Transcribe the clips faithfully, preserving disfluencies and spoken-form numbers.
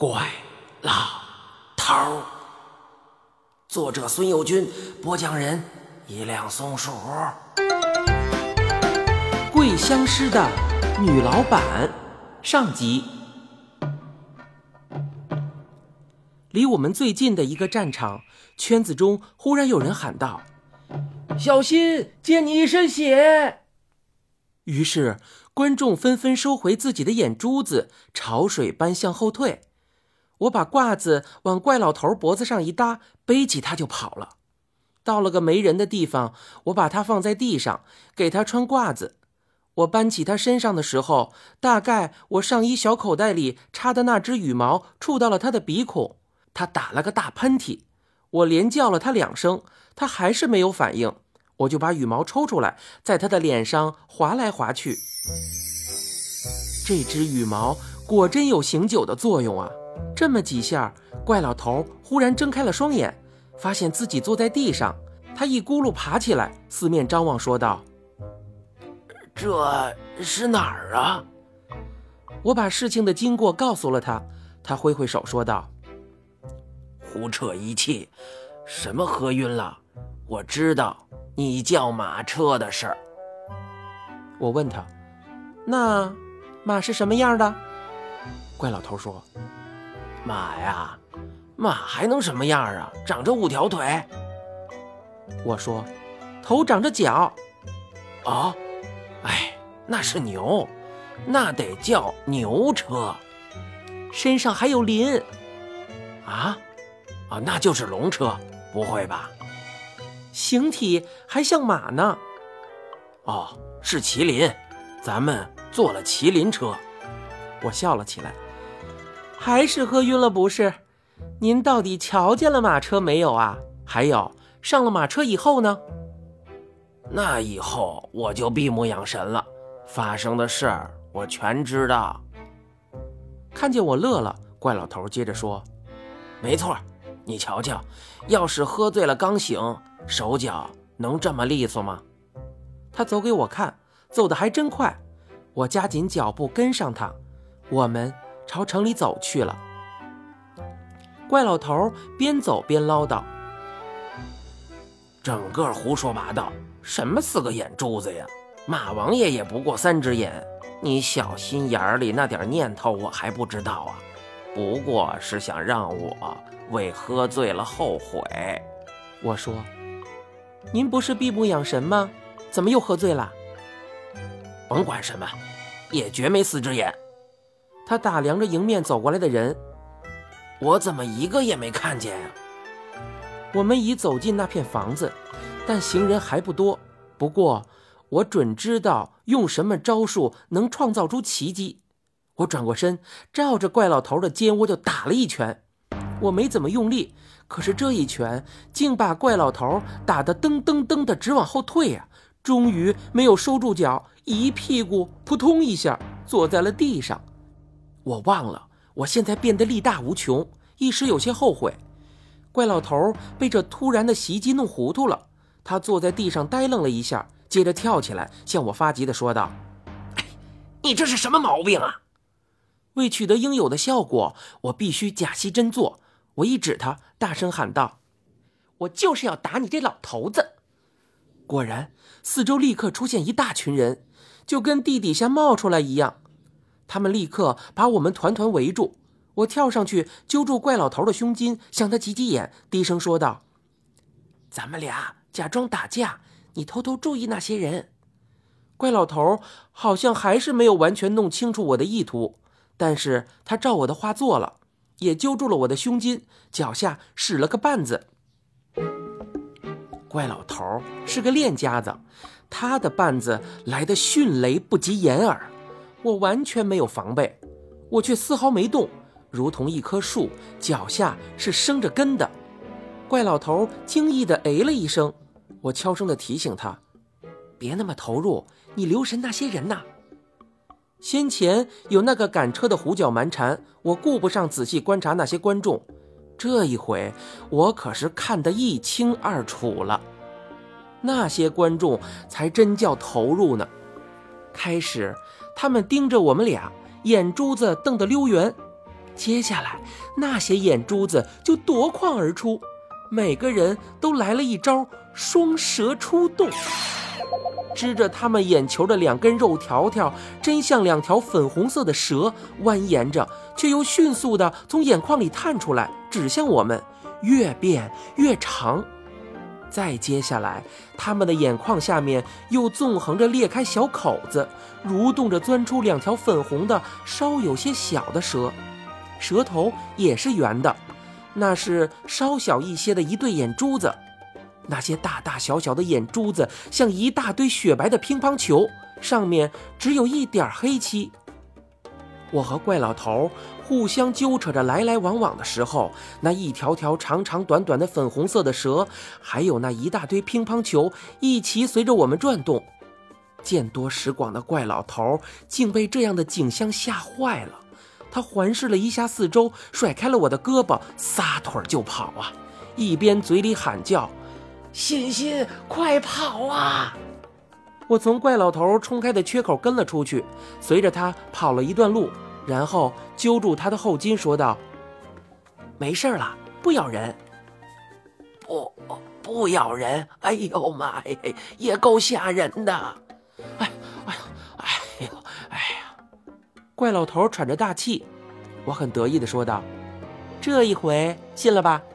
怪老头。作者孙幼军，播讲人一辆松鼠。 桂香师的女老板上集。离我们最近的一个战场，圈子中忽然有人喊道：小心，溅你一身血！于是观众纷纷收回自己的眼珠子，潮水般向后退。我把褂子往怪老头脖子上一搭，背起他就跑了。到了个没人的地方，我把他放在地上，给他穿褂子。我搬起他身上的时候，大概我上衣小口袋里插的那只羽毛触到了他的鼻孔，他打了个大喷嚏。我连叫了他两声，他还是没有反应，我就把羽毛抽出来，在他的脸上划来划去。这只羽毛果真有醒酒的作用啊！这么几下，怪老头忽然睁开了双眼，发现自己坐在地上，他一咕噜爬起来，四面张望说道： 这是哪儿啊？ 我把事情的经过告诉了他，他挥挥手说道： 胡扯一气，什么喝晕了？我知道你叫马车的事儿。 我问他：那马是什么样的？怪老头说： 马呀，马还能什么样啊？长着五条腿。 我说：头长着角。 哦，哎，那是牛，那得叫牛车。 身上还有鳞。 啊？啊，那就是龙车，不会吧？ 形体还像马呢。 哦，是麒麟，咱们坐了麒麟车。 我笑了起来。还是喝晕了不是？您到底瞧见了马车没有啊？还有，上了马车以后呢？ 那以后我就闭目养神了，发生的事儿我全知道。 看见我乐了，怪老头接着说： 没错，你瞧瞧，要是喝醉了刚醒，手脚能这么利索吗？ 他走给我看，走得还真快。我加紧脚步跟上他，我们朝城里走去了。怪老头边走边唠叨： 整个胡说八道，什么四个眼珠子呀？马王爷也不过三只眼，你小心眼里那点念头我还不知道啊？不过是想让我为喝醉了后悔。 我说：您不是闭目养神吗？怎么又喝醉了？ 甭管什么，也绝没四只眼。 他打量着迎面走过来的人。 我怎么一个也没看见呀？ 我们已走进那片房子，但行人还不多。不过我准知道用什么招数能创造出奇迹。我转过身，照着怪老头的肩窝就打了一拳。我没怎么用力，可是这一拳竟把怪老头打得噔噔噔的直往后退啊！终于没有收住脚，一屁股扑通一下坐在了地上。我忘了我现在变得力大无穷，一时有些后悔。怪老头被这突然的袭击弄糊涂了，他坐在地上呆愣了一下，接着跳起来向我发急地说道： 哎，你这是什么毛病啊？ 为取得应有的效果，我必须假戏真做。我一指他，大声喊道：我就是要打你这老头子！果然，四周立刻出现一大群人，就跟地底下冒出来一样。他们立刻把我们团团围住。我跳上去揪住怪老头的胸襟，向他挤挤眼，低声说道：咱们俩假装打架，你偷偷注意那些人。怪老头好像还是没有完全弄清楚我的意图，但是他照我的话做了，也揪住了我的胸襟，脚下使了个绊子。怪老头是个练家子，他的绊子来得迅雷不及掩耳，我完全没有防备，我却丝毫没动，如同一棵树，脚下是生着根的。怪老头惊异地哎了一声，我悄声地提醒他：别那么投入，你留神那些人呐。先前有那个赶车的胡搅蛮缠，我顾不上仔细观察那些观众，这一回我可是看得一清二楚了。那些观众才真叫投入呢。开始他们盯着我们俩，眼珠子瞪得溜圆， 接下来那些眼珠子就夺眶而出，每个人都来了一招双蛇出洞。支着他们眼球的两根肉条条真像两条粉红色的蛇，蜿蜒着却又迅速地从眼眶里探出来，指向我们，越变越长。再接下来，他们的眼眶下面又纵横着裂开小口子，蠕动着钻出两条粉红的稍有些小的蛇，舌头也是圆的，那是稍小一些的一对眼珠子。那些大大小小的眼珠子像一大堆雪白的乒乓球，上面只有一点黑漆。我和怪老头互相纠扯着来来往往的时候，那一条条长长短短的粉红色的蛇，还有那一大堆乒乓球一起随着我们转动。见多识广的怪老头竟被这样的景象吓坏了，他环视了一下四周，甩开了我的胳膊，撒腿就跑啊，一边嘴里喊叫：欣欣，快跑啊！我从怪老头冲开的缺口跟了出去，随着他跑了一段路，然后揪住他的后襟说道：没事了，不咬人。 不不咬人？哎呦妈呀，也够吓人的。哎哎呦哎呦哎呀！ 怪老头喘着大气，我很得意地说道：这一回信了吧？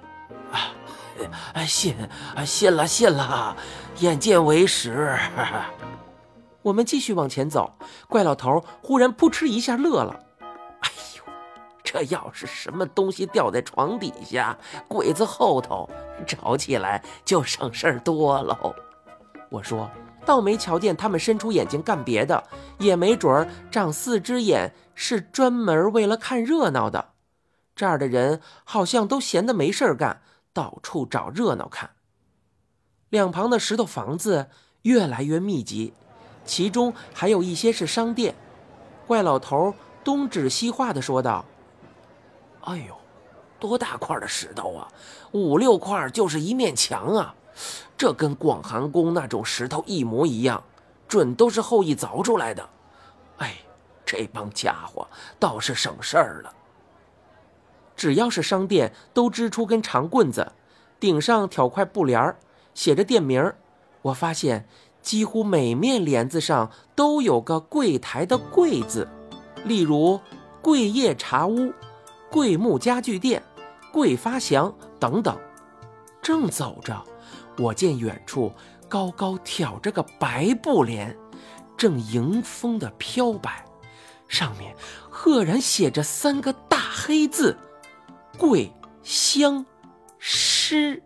啊，信信了信了，眼见为实。 我们继续往前走，怪老头忽然扑哧一下乐了。 哎呦，这要是什么东西掉在床底下、柜子后头，找起来就省事儿多喽。 我说，倒没瞧见他们伸出眼睛干别的，也没准儿长四只眼是专门为了看热闹的。这儿的人好像都闲得没事儿干，到处找热闹看。两旁的石头房子越来越密集，其中还有一些是商店。怪老头东指西画地说道： 哎呦，多大块的石头啊，五六块就是一面墙啊，这跟广寒宫那种石头一模一样，准都是后羿凿出来的。哎，这帮家伙倒是省事儿了。 只要是商店都支出根长棍子，顶上挑块布帘，写着店名。我发现几乎每面帘子上都有个柜台的柜字，例如桂叶茶屋、桂木家具店、桂发祥等等。正走着，我见远处高高挑着个白布帘，正迎风的飘摆，上面赫然写着三个大黑字：桂香诗。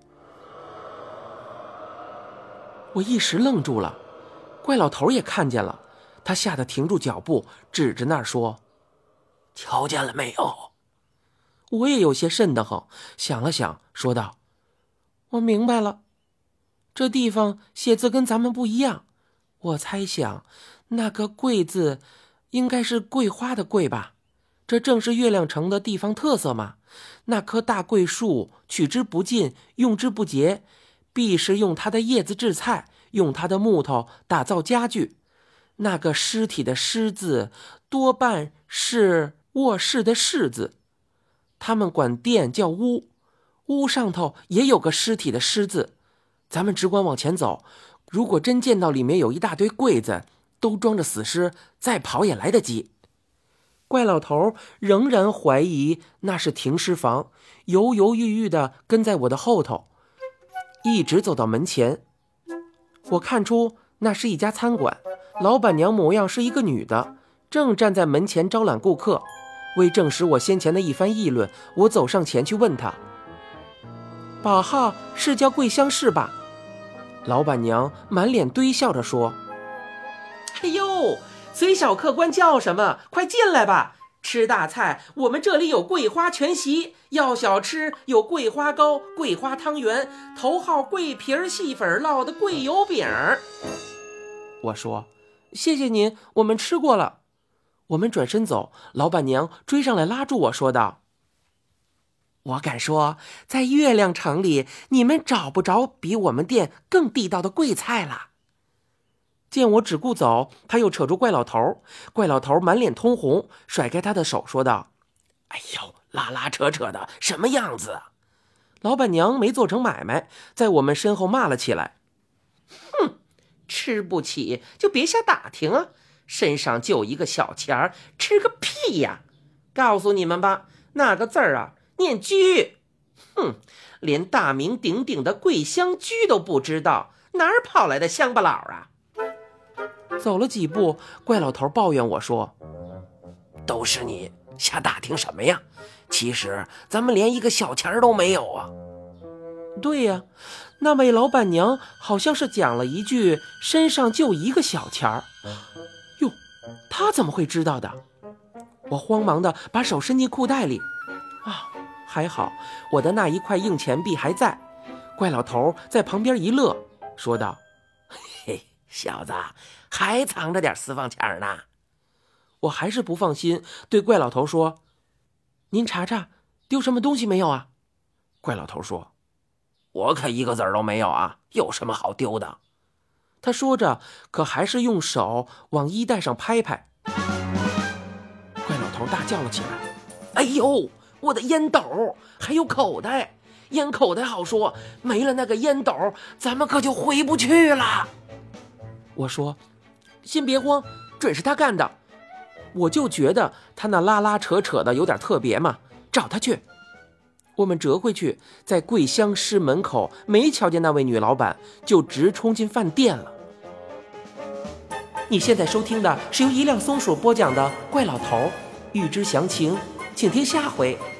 我一时愣住了，怪老头也看见了，他吓得停住脚步，指着那儿说： 瞧见了没有？ 我也有些瘆得慌，想了想说道：我明白了，这地方写字跟咱们不一样，我猜想那个桂字应该是桂花的桂吧，这正是月亮城的地方特色嘛。那棵大桂树取之不尽，用之不竭，必是用它的叶子制菜，用它的木头打造家具。那个尸体的尸字多半是卧室的室字，他们管店叫屋，屋上头也有个尸体的尸字。咱们只管往前走，如果真见到里面有一大堆柜子都装着死尸，再跑也来得及。怪老头仍然怀疑那是停尸房，犹犹豫豫地跟在我的后头，一直走到门前。我看出那是一家餐馆，老板娘模样是一个女的，正站在门前招揽顾客。为证实我先前的一番议论，我走上前去问她：宝号是叫桂香氏吧？老板娘满脸堆笑着说：哎呦，随小客官叫什么，快进来吧。吃大菜，我们这里有桂花全席；要小吃，有桂花糕、桂花汤圆，头号桂皮儿细粉烙的桂油饼。我说：谢谢您，我们吃过了。我们转身走，老板娘追上来拉住我说道：我敢说，在月亮城里，你们找不着比我们店更地道的桂菜了。见我只顾走，他又扯住怪老头，怪老头满脸通红，甩开他的手说道： 哎呦，拉拉扯扯的什么样子啊？ 老板娘没做成买卖，在我们身后骂了起来。 哼，吃不起就别瞎打听啊，身上就一个小钱儿，吃个屁呀！告诉你们吧，那个字儿啊念居。哼，连大名鼎鼎的桂香居都不知道，哪儿跑来的乡巴佬啊？ 走了几步，怪老头抱怨我说： 都是你瞎打听什么呀？其实咱们连一个小钱都没有啊。 对呀，那位老板娘好像是讲了一句身上就一个小钱儿。哟，她怎么会知道的？我慌忙的把手伸进裤袋里，啊，还好我的那一块硬钱币还在。怪老头在旁边一乐，说道： 嘿，小子还藏着点私房钱呢。 我还是不放心，对怪老头说：您查查丢什么东西没有啊？怪老头说： 我可一个子儿都没有啊，有什么好丢的？ 他说着，可还是用手往衣袋上拍拍。怪老头大叫了起来： 哎呦，我的烟斗还有口袋，烟口袋好说，没了那个烟斗，咱们可就回不去了。 我说：先别慌，准是他干的。我就觉得他那拉拉扯扯的有点特别嘛，找他去。我们折回去，在桂香师门口没瞧见那位女老板，就直冲进饭店了。你现在收听的是由一辆松鼠播讲的《怪老头》，欲知详情，请听下回。